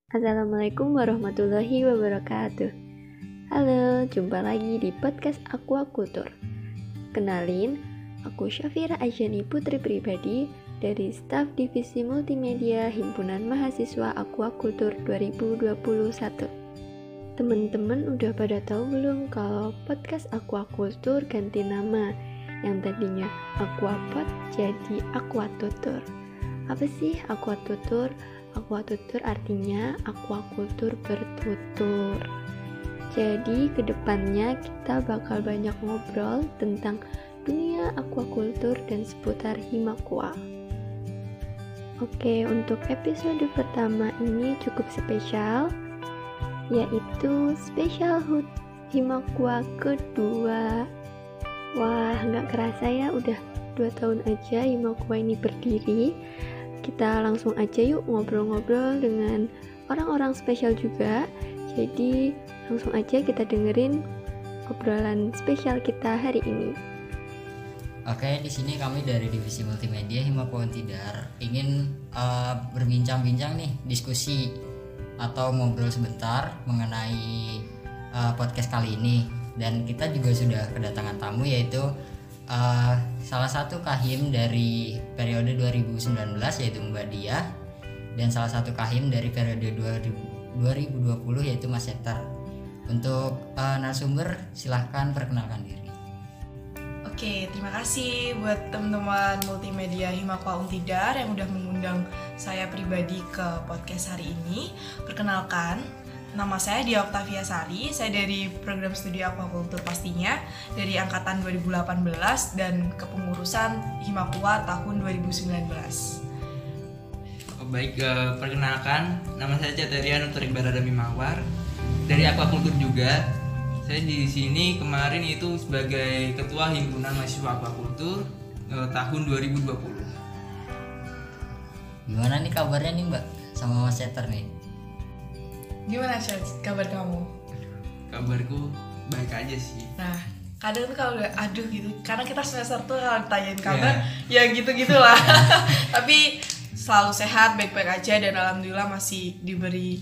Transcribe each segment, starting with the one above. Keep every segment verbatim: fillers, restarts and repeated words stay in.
Assalamualaikum warahmatullahi wabarakatuh. Halo, jumpa lagi di podcast Aquaculture. Kenalin, aku Syafira Ajani Putri Pribadi dari staf Divisi Multimedia Himpunan Mahasiswa Aquaculture dua ribu dua puluh satu. Teman-teman udah pada tahu belum kalau podcast Aquaculture ganti nama, yang tadinya Aquapod jadi Aquatutur. Apa sih Aquatutur? Aquatutur artinya aquaculture bertutur. Jadi kedepannya kita bakal banyak ngobrol tentang dunia aquaculture dan seputar Himakua. Oke, untuk episode pertama ini cukup spesial, yaitu Special Hut Himakua kedua. Wah, nggak kerasa ya, udah dua tahun aja Himakua ini berdiri. Kita langsung aja yuk ngobrol-ngobrol dengan orang-orang spesial juga. Jadi langsung aja kita dengerin obrolan spesial kita hari ini. Oke, di sini kami dari Divisi Multimedia Himakua Untidar ingin uh, berbincang-bincang nih, diskusi atau ngobrol sebentar mengenai uh, podcast kali ini. Dan kita juga sudah kedatangan tamu, yaitu uh, salah satu kahim dari periode dua ribu sembilan belas yaitu Mbak Diah, dan salah satu kahim dari periode dua ribu dua puluh yaitu Mas Seter. Untuk uh, narasumber silahkan perkenalkan diri. Oke, terima kasih buat teman-teman multimedia Himakua Untidar yang udah mengundang saya pribadi ke podcast hari ini. Perkenalkan, nama saya Dia Oktavia Sari, saya dari program studi aquaculture pastinya, dari angkatan dua ribu delapan belas dan kepengurusan Himakua tahun dua ribu sembilan belas. Oh, baik, uh, perkenalkan, nama saya Caterian Utari Baradami Mawar, dari aquaculture juga. Saya di sini kemarin itu sebagai ketua himpunan mahasiswa aquaculture uh, tahun dua ribu dua puluh. Gimana nih kabarnya nih Mbak sama Mas Seter nih? Gimana Syed, kabar kamu? Kabarku baik aja sih. Nah, kadang tuh kalau udah aduh gitu, karena kita semester tuh kalau ditanyain kabar, yeah. ya gitu-gitulah. Tapi selalu sehat, baik-baik aja, dan alhamdulillah masih diberi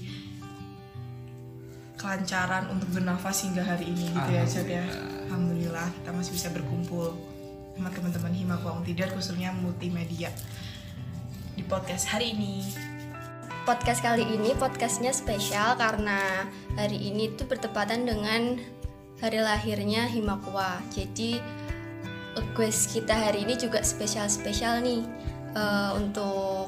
kelancaran untuk bernafas hingga hari ini gitu ya Syed ya. Alhamdulillah kita masih bisa berkumpul sama teman-teman Himakua Untidar, khususnya multimedia di podcast hari ini. Podcast kali ini podcastnya spesial karena hari ini tuh bertepatan dengan hari lahirnya Himakua. Jadi guest kita hari ini juga spesial-spesial nih. Uh, untuk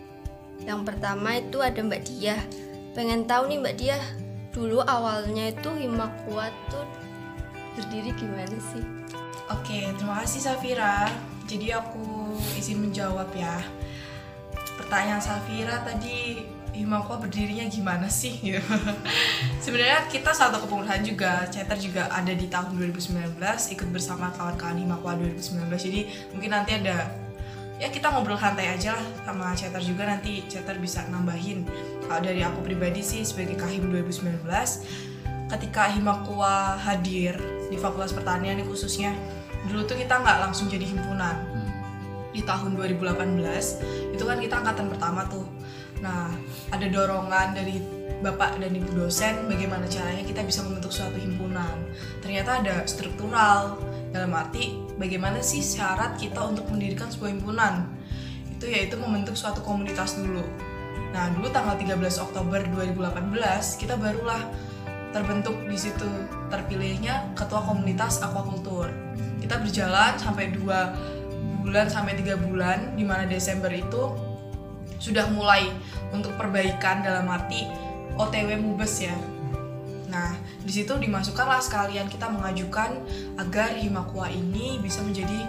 yang pertama itu ada Mbak Diah. Pengen tahu nih Mbak Diah, dulu awalnya itu Himakua tuh berdiri gimana sih? Oke, terima kasih Safira. Jadi aku izin menjawab ya. Pertanyaan Safira tadi, Himakua berdirinya gimana sih? Sebenarnya kita satu kepengurusan juga, Ceter juga ada di tahun dua ribu sembilan belas, ikut bersama kawan-kawan Himakua dua ribu sembilan belas. Jadi mungkin nanti ada, ya kita ngobrol santai aja lah sama Ceter juga, nanti Ceter bisa nambahin. Kalau dari aku pribadi sih sebagai kahim dua ribu sembilan belas, ketika Himakua hadir di Fakultas Pertanian ini khususnya, dulu tuh kita nggak langsung jadi himpunan. Di tahun dua ribu delapan belas itu kan kita angkatan pertama tuh. Nah, ada dorongan dari Bapak dan Ibu dosen bagaimana caranya kita bisa membentuk suatu himpunan. Ternyata ada struktural, dalam arti bagaimana sih syarat kita untuk mendirikan sebuah himpunan. Itu yaitu membentuk suatu komunitas dulu. Nah, dulu tanggal tiga belas Oktober dua ribu delapan belas kita barulah terbentuk di situ, terpilihnya ketua komunitas aquaculture. Kita berjalan sampai dua bulan sampai tiga bulan, di mana Desember itu sudah mulai untuk perbaikan dalam arti O T W Mubes ya. Nah, di situ dimasukkanlah sekalian kita mengajukan agar Himakua ini bisa menjadi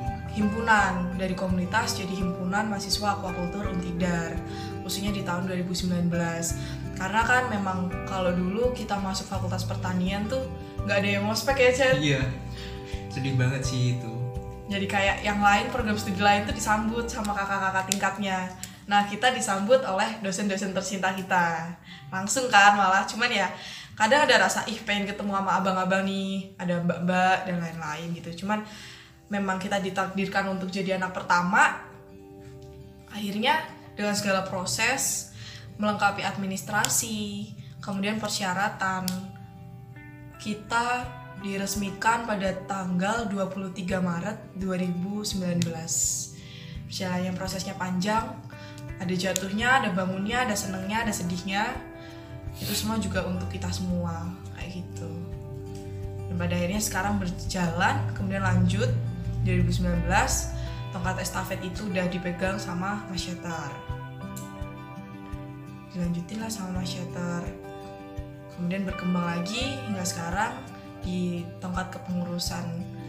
himpunan dari komunitas jadi himpunan mahasiswa aquaculture Untidar, khususnya di tahun dua ribu sembilan belas. Karena kan memang kalau dulu kita masuk Fakultas Pertanian tuh nggak ada yang ngospek ya Chan? Iya, sedih banget sih itu. Jadi kayak yang lain, program studi lain tuh disambut sama kakak-kakak tingkatnya. Nah, kita disambut oleh dosen-dosen tercinta kita. Langsung kan malah, cuman ya kadang ada rasa ih pengen ketemu sama abang-abang nih, ada mbak-mbak dan lain-lain gitu. Cuman memang kita ditakdirkan untuk jadi anak pertama. Akhirnya dengan segala proses melengkapi administrasi, kemudian persyaratan. Kita diresmikan pada tanggal dua puluh tiga Maret dua ribu sembilan belas. Perjalannya prosesnya panjang, ada jatuhnya, ada bangunnya, ada senengnya, ada sedihnya. Itu semua juga untuk kita semua, kayak gitu. Dan pada akhirnya sekarang berjalan, kemudian lanjut dua ribu sembilan belas, tongkat estafet itu udah dipegang sama Mas Syatar. Dilanjutin lah sama Mas Syatar. Kemudian berkembang lagi hingga sekarang di tongkat kepengurusan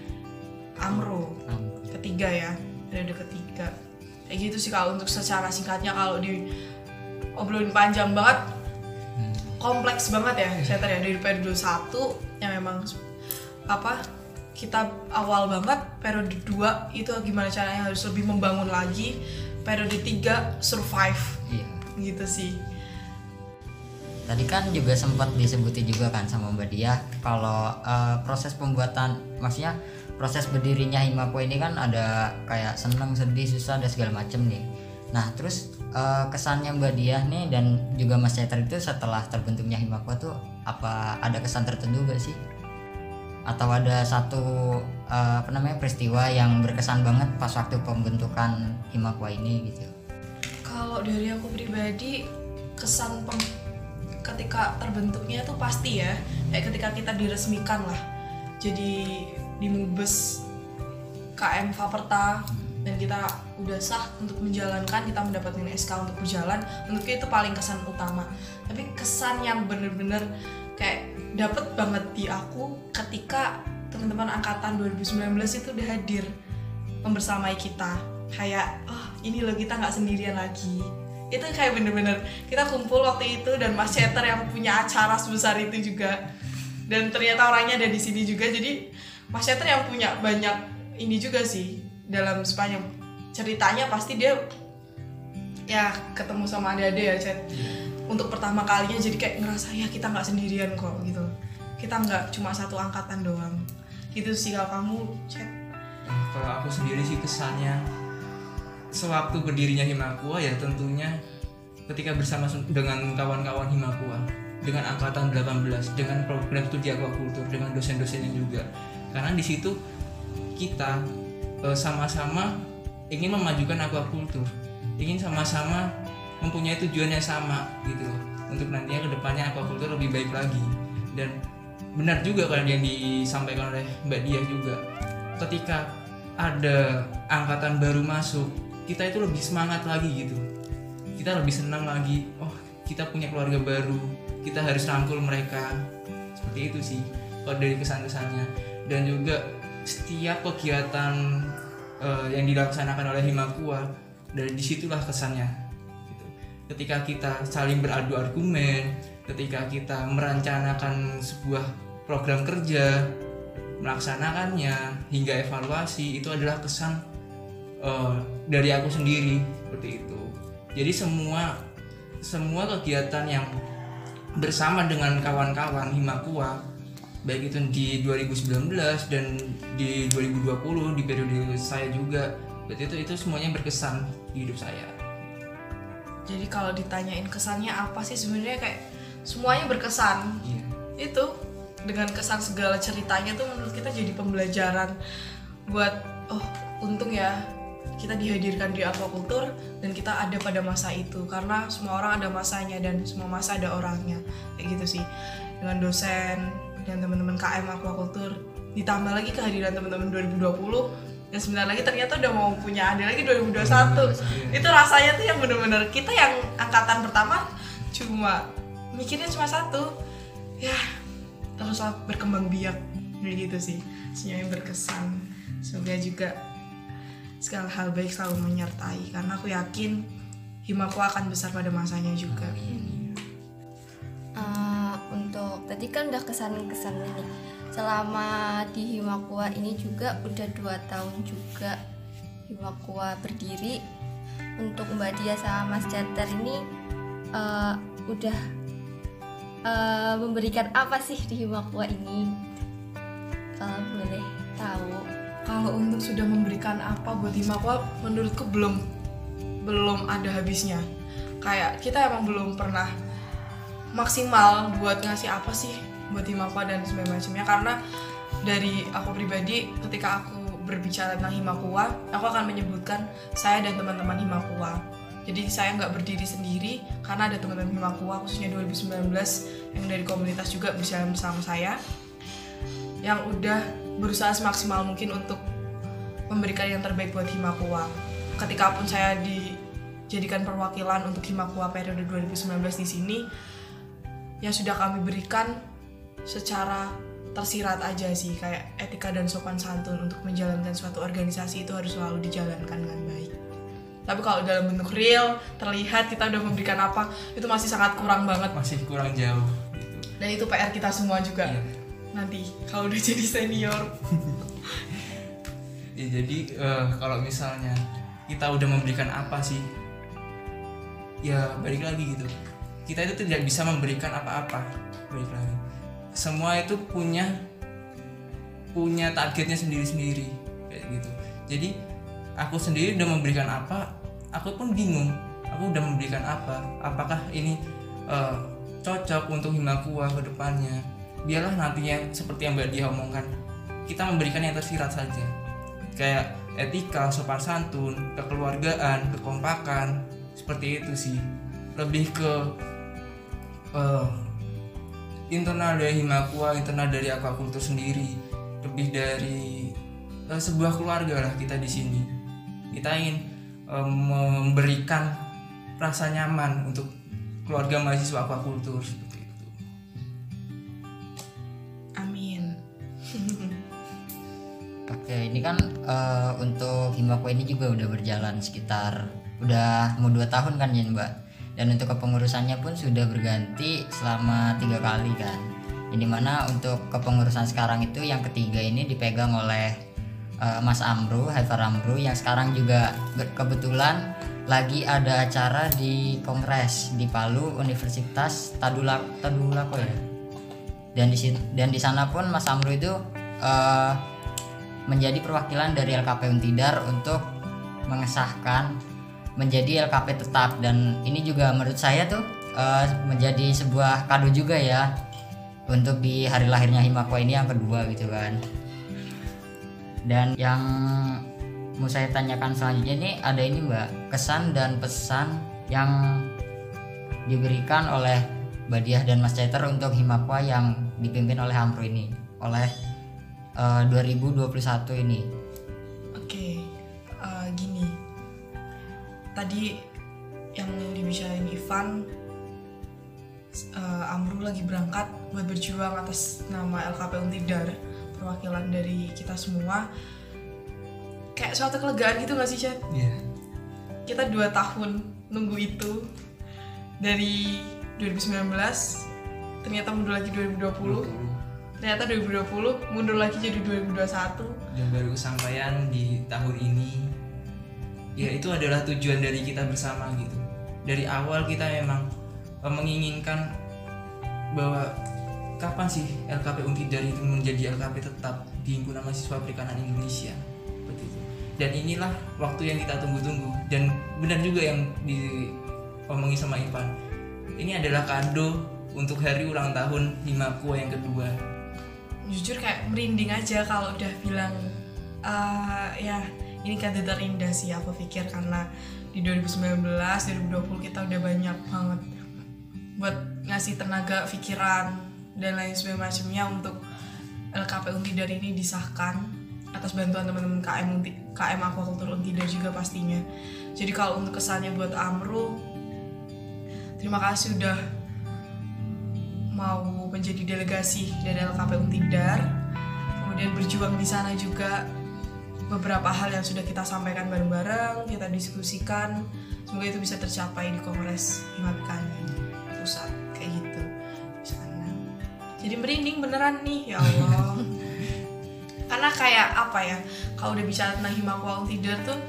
Amro ketiga ya, periode ketiga. Kayak gitu sih kalau untuk secara singkatnya. Kalau di obrolin panjang banget, kompleks banget ya Syatar ya, dari periode satu yang memang apa kita awal banget, periode dua itu gimana caranya harus lebih membangun lagi, periode tiga survive. Iya. Gitu sih. Tadi kan juga sempat disebutin juga kan sama Mbak Diah kalau uh, proses pembuatan, maksudnya proses berdirinya Himakwa ini kan ada kayak seneng, sedih, susah, ada segala macem nih. Nah terus uh, kesannya Mbak Diah nih dan juga Mas Syatar itu setelah terbentuknya Himakwa tuh apa ada kesan tertentu gak sih? Atau ada satu uh, apa namanya peristiwa yang berkesan banget pas waktu pembentukan Himakwa ini gitu? Kalau dari aku pribadi, kesan pem- ketika terbentuknya itu pasti ya, kayak ketika kita diresmikan lah jadi di Mubes K M Faperta dan kita udah sah untuk menjalankan, kita mendapatkan S K untuk berjalan, menurutku itu paling kesan utama. Tapi kesan yang bener-bener kayak dapet banget di aku ketika teman-teman angkatan dua ribu sembilan belas itu udah hadir membersamai kita, kayak oh ini loh kita nggak sendirian lagi. Itu kayak bener-bener kita kumpul waktu itu dan Mas Syatar yang punya acara sebesar itu juga, dan ternyata orangnya ada di sini juga. Jadi Mas Syatar yang punya banyak ini juga sih, dalam sepanjang ceritanya pasti dia ya ketemu sama adik-adik ya Chat untuk pertama kalinya, jadi kayak ngerasa ya kita nggak sendirian kok gitu, kita nggak cuma satu angkatan doang gitu sih. Kalau kamu Chat? Kalau aku sendiri sih kesannya sewaktu berdirinya Himakwa ya tentunya ketika bersama dengan kawan-kawan Himakwa, dengan angkatan delapan belas, dengan program studi aquaculture, dengan dosen-dosennya juga. Karena di situ kita e, sama-sama ingin memajukan aquaculture, ingin sama-sama mempunyai tujuan yang sama gitu untuk nantinya kedepannya aquaculture lebih baik lagi. Dan benar juga kan yang disampaikan oleh Mbak Diah juga, ketika ada angkatan baru masuk, kita itu lebih semangat lagi gitu, kita lebih senang lagi, oh kita punya keluarga baru, kita harus rangkul mereka. Seperti itu sih kalau dari kesan-kesannya. Dan juga setiap kegiatan uh, yang dilaksanakan oleh Himakwa, dari disitulah kesannya gitu. Ketika kita saling beradu argumen, ketika kita merencanakan sebuah program kerja, melaksanakannya hingga evaluasi, itu adalah kesan uh, dari aku sendiri seperti itu. Jadi semua semua kegiatan yang bersama dengan kawan-kawan Himakwa, baik itu di dua ribu sembilan belas dan di dua ribu dua puluh di periode saya juga, berarti itu itu semuanya berkesan di hidup saya. Jadi kalau ditanyain kesannya apa sih, sebenarnya kayak semuanya berkesan. Iya. Itu dengan kesan segala ceritanya tuh menurut kita jadi pembelajaran buat oh untung ya kita dihadirkan di aquaculture dan kita ada pada masa itu, karena semua orang ada masanya dan semua masa ada orangnya, kayak gitu sih. Dengan dosen dan teman-teman K M aquaculture, ditambah lagi kehadiran teman-teman dua ribu dua puluh dan sebentar lagi ternyata udah mau punya adik lagi dua ribu dua puluh satu. Itu rasanya tuh yang bener-bener kita yang angkatan pertama cuma mikirnya cuma satu, ya teruslah berkembang biak gitu sih. Semuanya berkesan. Semoga juga segala hal baik selalu menyertai, karena aku yakin Himakwa akan besar pada masanya juga. Uh, untuk tadi kan udah kesan-kesan ini. Selama di Himakwa ini juga udah dua tahun juga Himakwa berdiri. Untuk Mbak Diah sama Mas Syatar ini uh, udah uh, memberikan apa sih di Himakwa ini? Kalau boleh tahu. Kalau untuk sudah memberikan apa buat Himakwa, menurutku belum belum ada habisnya. kayak kita emang belum pernah maksimal buat ngasih apa sih buat Himakwa dan sebagainya. Karena dari aku pribadi, ketika aku berbicara tentang Himakwa, aku akan menyebutkan saya dan teman-teman Himakwa. Jadi saya nggak berdiri sendiri karena ada teman-teman Himakwa, khususnya dua ribu sembilan belas yang dari komunitas juga berjalan bersama saya, yang udah berusaha semaksimal mungkin untuk memberikan yang terbaik buat Himakwa. Ketika pun saya dijadikan perwakilan untuk Himakwa periode dua ribu sembilan belas di sini, yang sudah kami berikan secara tersirat aja sih, kayak etika dan sopan santun untuk menjalankan suatu organisasi itu harus selalu dijalankan dengan baik. Tapi kalau dalam bentuk real, terlihat kita udah memberikan apa, itu masih sangat kurang banget. Masih kurang jauh gitu. Dan itu P R kita semua juga. Iya. Nanti kalau udah jadi senior. Ya, jadi uh, kalau misalnya kita udah memberikan apa sih, ya balik lagi gitu. Kita itu tidak bisa memberikan apa-apa. Balik lagi. Semua itu punya punya targetnya sendiri-sendiri kayak gitu. Jadi aku sendiri udah memberikan apa, aku pun bingung. Aku udah memberikan apa? Apakah ini uh, cocok untuk Himakwa ke depannya? Biarlah nantinya seperti yang Mbak Dia omongkan, kita memberikan yang tersirat saja. Kayak etika, sopan santun, kekeluargaan, kekompakan, seperti itu sih. Lebih ke uh, internal dari Himakwa, internal dari aquaculture sendiri, lebih dari uh, sebuah keluarga lah kita di sini. Kita ingin uh, memberikan rasa nyaman untuk keluarga mahasiswa aquaculture seperti itu. Amin. Oke, ini kan uh, untuk Himakwa ini juga udah berjalan sekitar udah mau dua tahun kan ya Mbak. Dan untuk kepengurusannya pun sudah berganti selama tiga kali kan. Ini mana untuk kepengurusan sekarang itu yang ketiga ini dipegang oleh uh, Mas Amru, Haifar Amru, yang sekarang juga kebetulan lagi ada acara di kongres di Palu Universitas Tadulako, Tadulako ya. Dan di dan di sana pun Mas Amru itu uh, menjadi perwakilan dari L K P Untidar untuk mengesahkan menjadi L K P tetap. Dan ini juga menurut saya tuh uh, menjadi sebuah kado juga ya untuk di hari lahirnya Himakwa ini yang kedua gitu kan. Dan yang mau saya tanyakan selanjutnya ini ada ini Mbak, kesan dan pesan yang diberikan oleh Mbak Diah dan Mas Caiter untuk Himakwa yang dipimpin oleh Amru ini, oleh uh, dua ribu dua puluh satu ini. Oke, uh, gini. Tadi yang dibicarain Ivan, uh, Amru lagi berangkat buat berjuang atas nama L K P Untidar, perwakilan dari kita semua. Kayak suatu kelegaan gitu gak sih, Chat? Iya. Yeah. Kita dua tahun nunggu itu, dari dua ribu sembilan belas ternyata mundur lagi dua ribu dua puluh, ternyata dua ribu dua puluh mundur lagi jadi dua ribu dua puluh satu, dan baru kesampaian di tahun ini. Ya itu adalah tujuan dari kita bersama gitu. Dari awal kita memang uh, menginginkan bahwa kapan sih L K P Untidar itu menjadi L K P tetap di Himpunan Mahasiswa Perikanan Indonesia seperti itu. Dan inilah waktu yang kita tunggu-tunggu. Dan benar juga yang diomongi sama Ivan, ini adalah kado untuk hari ulang tahun Himakwa yang kedua. Jujur kayak merinding aja kalau udah bilang uh, ya ini kado terindah sih aku pikir, karena di dua ribu sembilan belas, dua ribu dua puluh kita udah banyak banget buat ngasih tenaga, pikiran dan lain sebagainya untuk L K P Untidar ini disahkan atas bantuan teman-teman K M K M Aquaculture Untidar juga pastinya. Jadi kalau untuk kesannya buat Amru, terima kasih udah mau menjadi delegasi dari L K P Untidar, kemudian berjuang di sana juga. Beberapa hal yang sudah kita sampaikan bareng-bareng, kita diskusikan, semoga itu bisa tercapai di Kongres Himapikan pusat kayak gitu di sana. Jadi merinding beneran nih, ya Allah. Karena kayak apa ya, kalau udah bicara tentang Himakwa Untidar tuh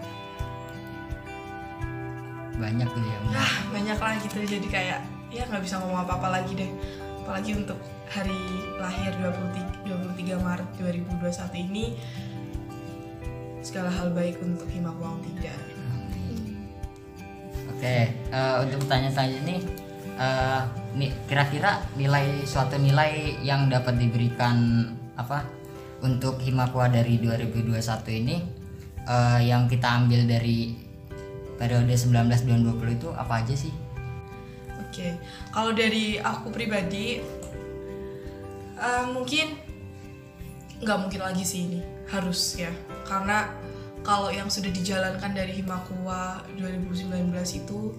banyak tuh ya. Ah, banyak lah gitu, jadi kayak ya nggak bisa ngomong apa-apa lagi deh. Apalagi untuk hari lahir dua puluh tiga Maret dua ribu dua puluh satu ini, segala hal baik untuk Himakwa Untidar. Oke, Oke, uh, untuk pertanyaan selanjutnya nih, uh, nih kira-kira nilai suatu nilai yang dapat diberikan apa untuk Himakwa dari dua ribu dua puluh satu ini uh, yang kita ambil dari periode sembilan belas dua ribu dua puluh itu apa aja sih? Oke, kalau dari aku pribadi uh, mungkin nggak mungkin lagi sih ini, harus ya, karena kalau yang sudah dijalankan dari Himakwa dua ribu sembilan belas itu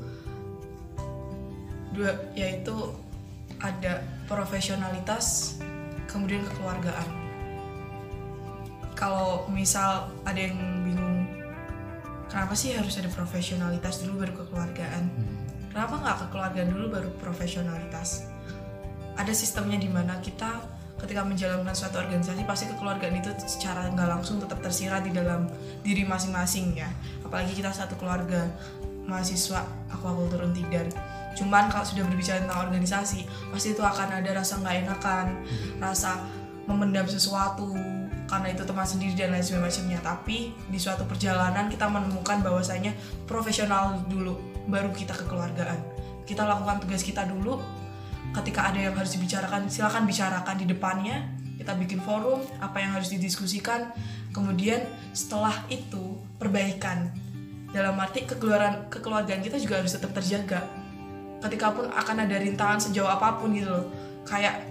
dua, yaitu ada profesionalitas kemudian kekeluargaan. Kalau misal ada yang bingung kenapa sih harus ada profesionalitas dulu baru kekeluargaan, kenapa nggak kekeluargaan dulu baru profesionalitas? Ada sistemnya di mana kita ketika menjalankan suatu organisasi pasti kekeluargaan itu secara nggak langsung tetap tersirat di dalam diri masing-masing ya. Apalagi kita satu keluarga mahasiswa Aquaculture Untidar. Cuman kalau sudah berbicara tentang organisasi pasti itu akan ada rasa nggak enakan, rasa memendam sesuatu karena itu teman sendiri dan lain sebagainya. Tapi di suatu perjalanan kita menemukan bahwasanya profesional dulu baru kita kekeluargaan. Kita lakukan tugas kita dulu. Ketika ada yang harus dibicarakan, silakan bicarakan di depannya. Kita bikin forum, apa yang harus didiskusikan. Kemudian setelah itu perbaikan. Dalam arti kekeluargaan, kekeluargaan kita juga harus tetap terjaga. Ketika pun akan ada rintangan sejauh apapun gitu loh. Kayak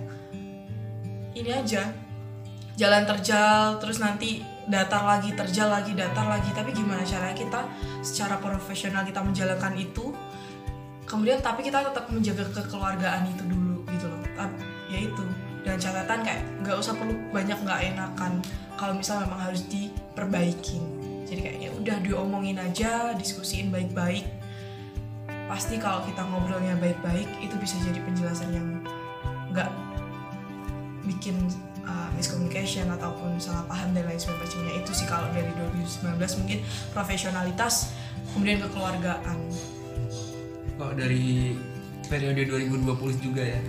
ini aja, jalan terjal, terus nanti datar lagi, terjal lagi, datar lagi. Tapi gimana caranya kita secara profesional kita menjalankan itu, kemudian tapi kita tetap menjaga kekeluargaan itu dulu gitu loh. Ya itu, dan catatan kayak nggak usah perlu banyak nggak enakan kalau misal memang harus diperbaikin. Jadi kayaknya udah diomongin aja, diskusiin baik-baik. Pasti kalau kita ngobrolnya baik-baik itu bisa jadi penjelasan yang nggak bikin uh, miscommunication ataupun salah paham dan lain sebagainya. Itu sih kalau dari dua ribu sembilan belas mungkin profesionalitas kemudian kekeluargaan. Kok dari periode dua ribu dua puluh juga ya,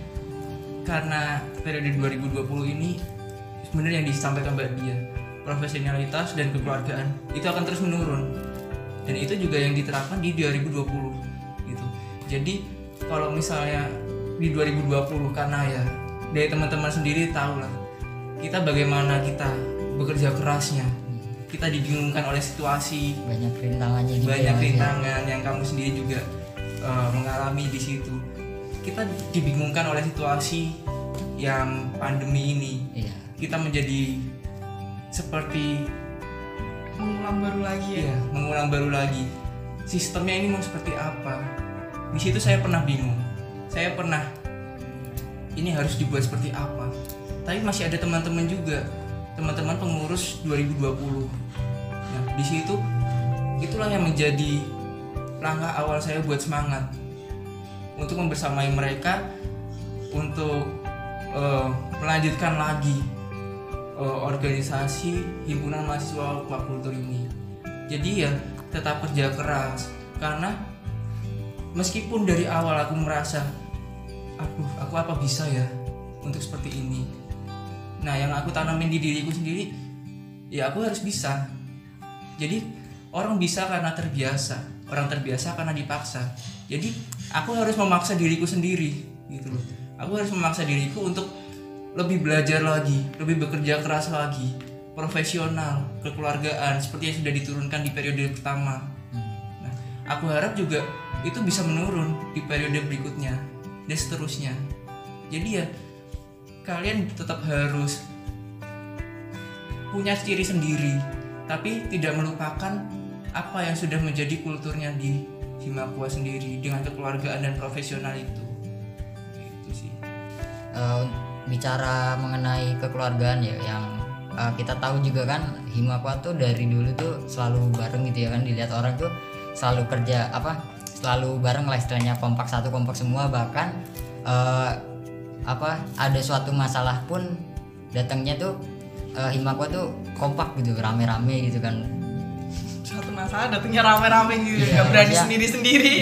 karena periode dua ribu dua puluh ini sebenarnya yang disampaikan Mbak Dia, profesionalitas dan kekeluargaan itu akan terus menurun, dan itu juga yang diterapkan di dua ribu dua puluh gitu. Jadi kalau misalnya di dua ribu dua puluh, karena ya dari teman-teman sendiri tahu lah kita bagaimana kita bekerja kerasnya, kita dibingungkan oleh situasi, banyak rintangannya juga, banyak ya, rintangan ya. Yang kamu sendiri juga uh, mengalami di situ. Kita dibingungkan oleh situasi yang pandemi ini. Iya. Kita menjadi seperti Mengulang baru lagi ya. iya, mengulang baru lagi. Sistemnya ini mau seperti apa? Di situ saya pernah bingung. Saya pernah ini harus dibuat seperti apa? Tapi masih ada teman-teman juga, teman-teman pengurus dua ribu dua puluh. Nah, di situ itulah yang menjadi langkah awal saya buat semangat untuk membersamai mereka untuk uh, melanjutkan lagi uh, organisasi himpunan mahasiswa aquaculture ini. Jadi ya tetap kerja keras, karena meskipun dari awal aku merasa aku aku apa bisa ya untuk seperti ini. Nah, yang aku tanamin di diriku sendiri, ya aku harus bisa. Jadi orang bisa karena terbiasa, orang terbiasa karena dipaksa. Jadi aku harus memaksa diriku sendiri gitu loh. Aku harus memaksa diriku untuk lebih belajar lagi, lebih bekerja keras lagi, profesional, kekeluargaan seperti yang sudah diturunkan di periode pertama. Nah, aku harap juga itu bisa menurun di periode berikutnya dan seterusnya. Jadi ya kalian tetap harus punya ciri sendiri, tapi tidak melupakan apa yang sudah menjadi kulturnya di Himakwa sendiri dengan kekeluargaan dan profesional itu. Itu sih. Uh, bicara mengenai kekeluargaan ya, yang uh, kita tahu juga kan Himakwa tuh dari dulu tuh selalu bareng gitu ya kan, dilihat orang tuh selalu kerja apa selalu bareng lah istilahnya, kompak satu kompak semua. Bahkan uh, apa ada suatu masalah pun datangnya tuh uh, Himakwa tuh kompak gitu, rame-rame gitu kan. Suatu masalah datangnya rame-rame gitu, iya, nggak berani maksudnya, sendiri-sendiri.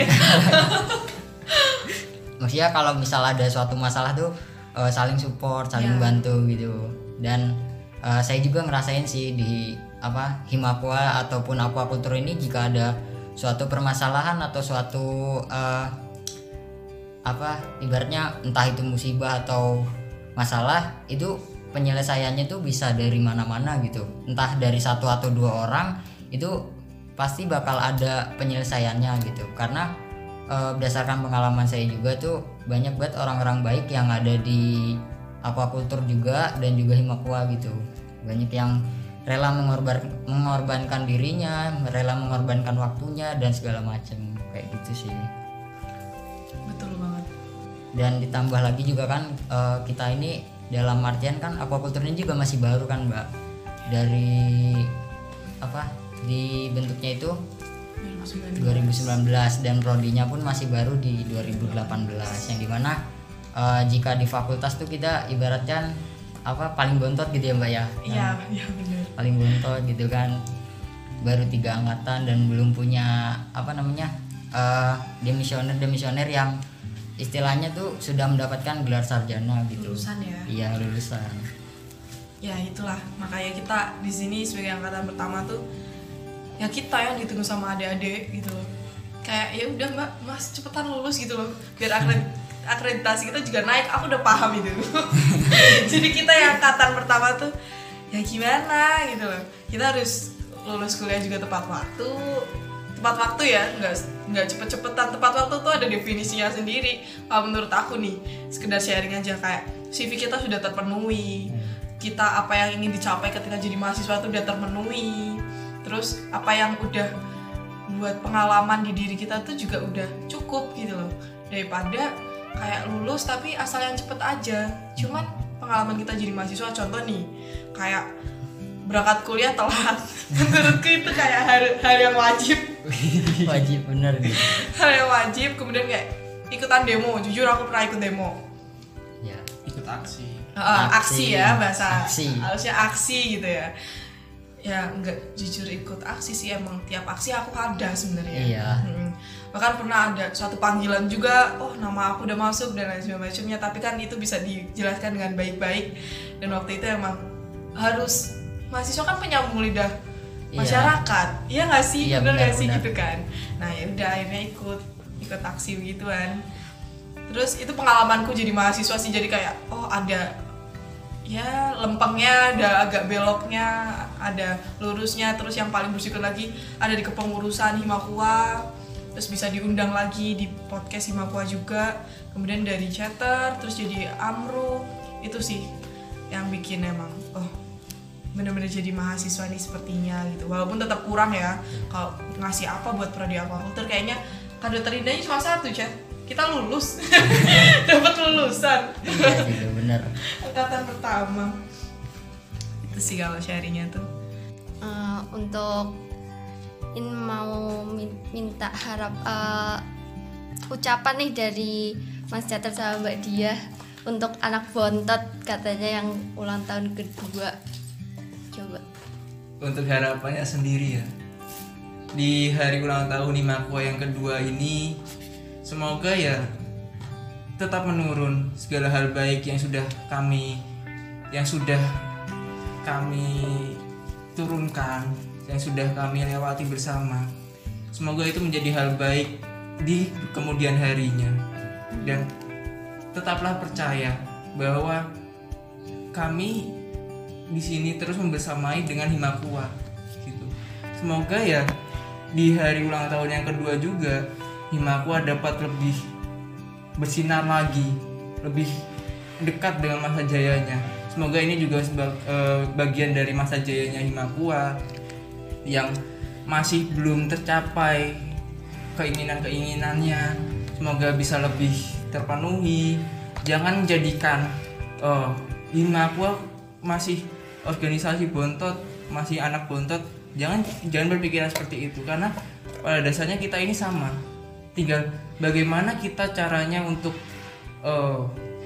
Maksudnya kalau misal ada suatu masalah tuh uh, saling support, saling yeah. bantu gitu. Dan uh, saya juga ngerasain sih di apa Himakwa ataupun aquaculture ini, jika ada suatu permasalahan atau suatu uh, apa ibaratnya entah itu musibah atau masalah, itu penyelesaiannya tuh bisa dari mana-mana gitu, entah dari satu atau dua orang, itu pasti bakal ada penyelesaiannya gitu. Karena e, berdasarkan pengalaman saya juga tuh banyak banget orang-orang baik yang ada di aquaculture juga dan juga Himakua gitu. Banyak yang rela mengorban, mengorbankan dirinya, rela mengorbankan waktunya dan segala macam kayak gitu sih. Betul banget. Dan ditambah lagi juga kan e, kita ini dalam artian kan aquaculture ini juga masih baru kan Mbak, dari apa di bentuknya itu dua ribu sembilan belas dan prodinya pun masih baru di dua ribu delapan belas, yang dimana uh, jika di fakultas tuh kita ibaratkan apa paling bontot gitu ya Mbak ya. Iya, iya benar. Paling bontot gitu kan, baru tiga angkatan dan belum punya apa namanya uh, demisioner demisioner yang istilahnya tuh sudah mendapatkan gelar sarjana gitu. Lulusan ya. Iya, lulusan. Ya itulah, makanya kita di sini sebagai angkatan pertama tuh ya kita yang ditunggu sama adik-adik gitu loh. Kayak ya udah Mbak, Mas cepetan lulus gitu loh. Biar akredit- akreditasi kita juga naik. Aku udah paham itu. Jadi kita yang angkatan pertama tuh ya gimana gitu loh. Kita harus lulus kuliah juga tepat waktu. Tepat waktu ya, nggak nggak cepet-cepetan. Tepat waktu tuh ada definisinya sendiri. Kalau menurut aku nih, sekedar sharing aja, kayak C V kita sudah terpenuhi, kita apa yang ingin dicapai ketika jadi mahasiswa itu udah terpenuhi, terus apa yang udah buat pengalaman di diri kita tuh juga udah cukup gitu loh, daripada kayak lulus tapi asal yang cepet aja. Cuman pengalaman kita jadi mahasiswa, contoh nih kayak berangkat kuliah telat, menurutku itu kayak hal, hal yang wajib. Wajib bener gitu. Hal yang wajib. Kemudian kayak ikutan demo, jujur aku pernah ikut demo. Ya. Ikut aksi. Uh, Aksi. aksi ya bahasa Aksi. harusnya aksi gitu ya. Ya nggak jujur ikut aksi sih, emang tiap aksi aku ada sebenarnya. Iya. Hmm. Bahkan pernah ada suatu panggilan juga, oh nama aku udah masuk dan lain sebagainya, tapi kan itu bisa dijelaskan dengan baik-baik. Dan waktu itu emang harus, mahasiswa kan penyambung lidah masyarakat, iya nggak sih, iya, bener nggak benar, sih benar. gitu kan. Nah ya udah akhirnya ikut ikut aksi begituan. Terus itu pengalamanku jadi mahasiswa sih, jadi kayak oh ada ya lempengnya, ada agak beloknya, ada lurusnya, terus yang paling bersyukur lagi ada di kepengurusan Himakua, terus bisa diundang lagi di podcast Himakua juga, kemudian dari chatter, terus jadi amru. Itu sih yang bikin emang oh bener-bener jadi mahasiswa nih sepertinya gitu, walaupun tetap kurang ya. Kalau ngasih apa buat prodi aquaculture, kayaknya kado terindahnya cuma satu, Chat, kita lulus. Dapat lulusan. Iya juga bener. Angkatan pertama. Itu sih kalau sharingnya tuh. Uh, untuk in mau min- minta harap uh, ucapan nih dari Mas Cater sama Mbak Dia untuk anak bontot katanya yang ulang tahun kedua. Coba. Untuk harapannya sendiri ya, di hari ulang tahun Himakua yang kedua ini, semoga ya tetap menurun segala hal baik yang sudah kami yang sudah kami turunkan, yang sudah kami lewati bersama. Semoga itu menjadi hal baik di kemudian harinya, dan tetaplah percaya bahwa kami di sini terus membersamai dengan Himakua gitu. Semoga ya di hari ulang tahun yang kedua juga Himakua dapat lebih bersinar lagi, lebih dekat dengan masa jayanya. Semoga ini juga sebab, eh, bagian dari masa jayanya Himakua yang masih belum tercapai keinginan-keinginannya. Semoga bisa lebih terpenuhi. Jangan jadikan oh, Himakua masih organisasi bontot, masih anak bontot. Jangan jangan berpikiran seperti itu, karena pada dasarnya kita ini sama. Tinggal bagaimana kita caranya untuk uh,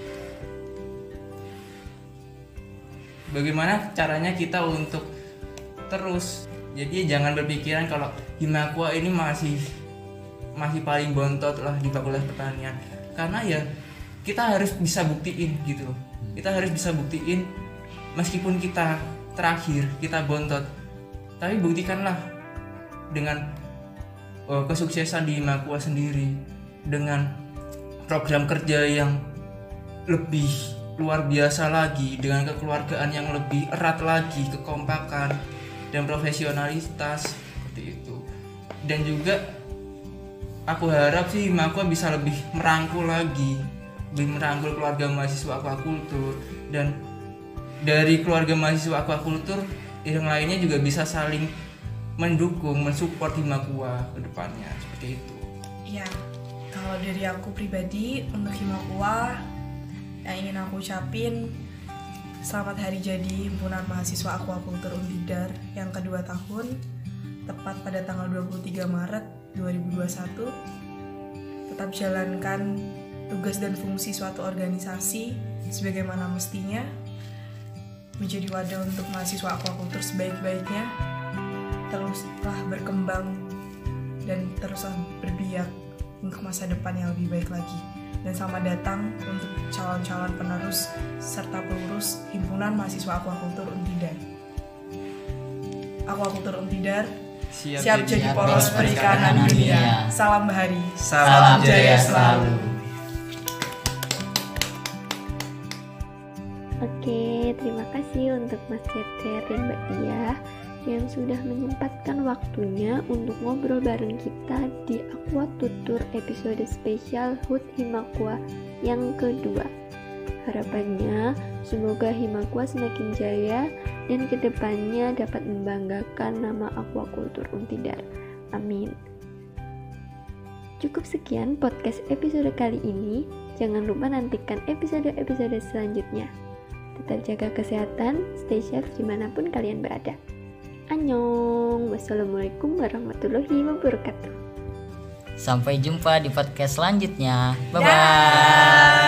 bagaimana caranya kita untuk terus. Jadi jangan berpikiran kalau Himakua ini masih masih paling bontot lah di Fakultas Pertanian, karena ya kita harus bisa buktiin gitu loh. Kita harus bisa buktiin meskipun kita terakhir, kita bontot, tapi buktikanlah dengan uh, kesuksesan di Himakua sendiri dengan program kerja yang lebih luar biasa lagi, dengan kekeluargaan yang lebih erat lagi, kekompakan dan profesionalitas seperti itu. Dan juga aku harap sih Himakua bisa lebih merangkul lagi, lebih merangkul keluarga mahasiswa aquaculture, dan dari keluarga mahasiswa aquaculture yang lainnya juga bisa saling mendukung, mensupport Himakua ke depannya seperti itu. Ya, kalau dari aku pribadi untuk Himakua yang ingin aku ucapin, selamat hari jadi Himpunan Mahasiswa Aquaculture Untidar yang kedua tahun, tepat pada tanggal dua puluh tiga Maret dua ribu dua puluh satu. Tetap jalankan tugas dan fungsi suatu organisasi sebagaimana mestinya, menjadi wadah untuk mahasiswa aquaculture sebaik-baiknya, teruslah berkembang dan teruslah berbiak untuk masa depan yang lebih baik lagi. Dan selamat datang untuk calon-calon penerus serta pengurus Himpunan Mahasiswa Aquaculture Untidar. Aquaculture Untidar siap, siap jadi poros perikanan dunia. Salam Bahari. Salam jaya selalu. Oke, terima kasih untuk Mas Ceter dan Mbak Diah yang sudah menyempatkan waktunya untuk ngobrol bareng kita di Aqua Tutur episode spesial H U T Himakua yang kedua. Harapannya semoga Himakua semakin jaya dan kedepannya dapat membanggakan nama Aquaculture Untidar. Amin. Cukup sekian podcast episode kali ini. Jangan lupa nantikan episode-episode selanjutnya. Tetap jaga kesehatan, stay safe dimanapun kalian berada. Annyeong, wassalamualaikum warahmatullahi wabarakatuh. Sampai jumpa di podcast selanjutnya. Bye Dah. bye.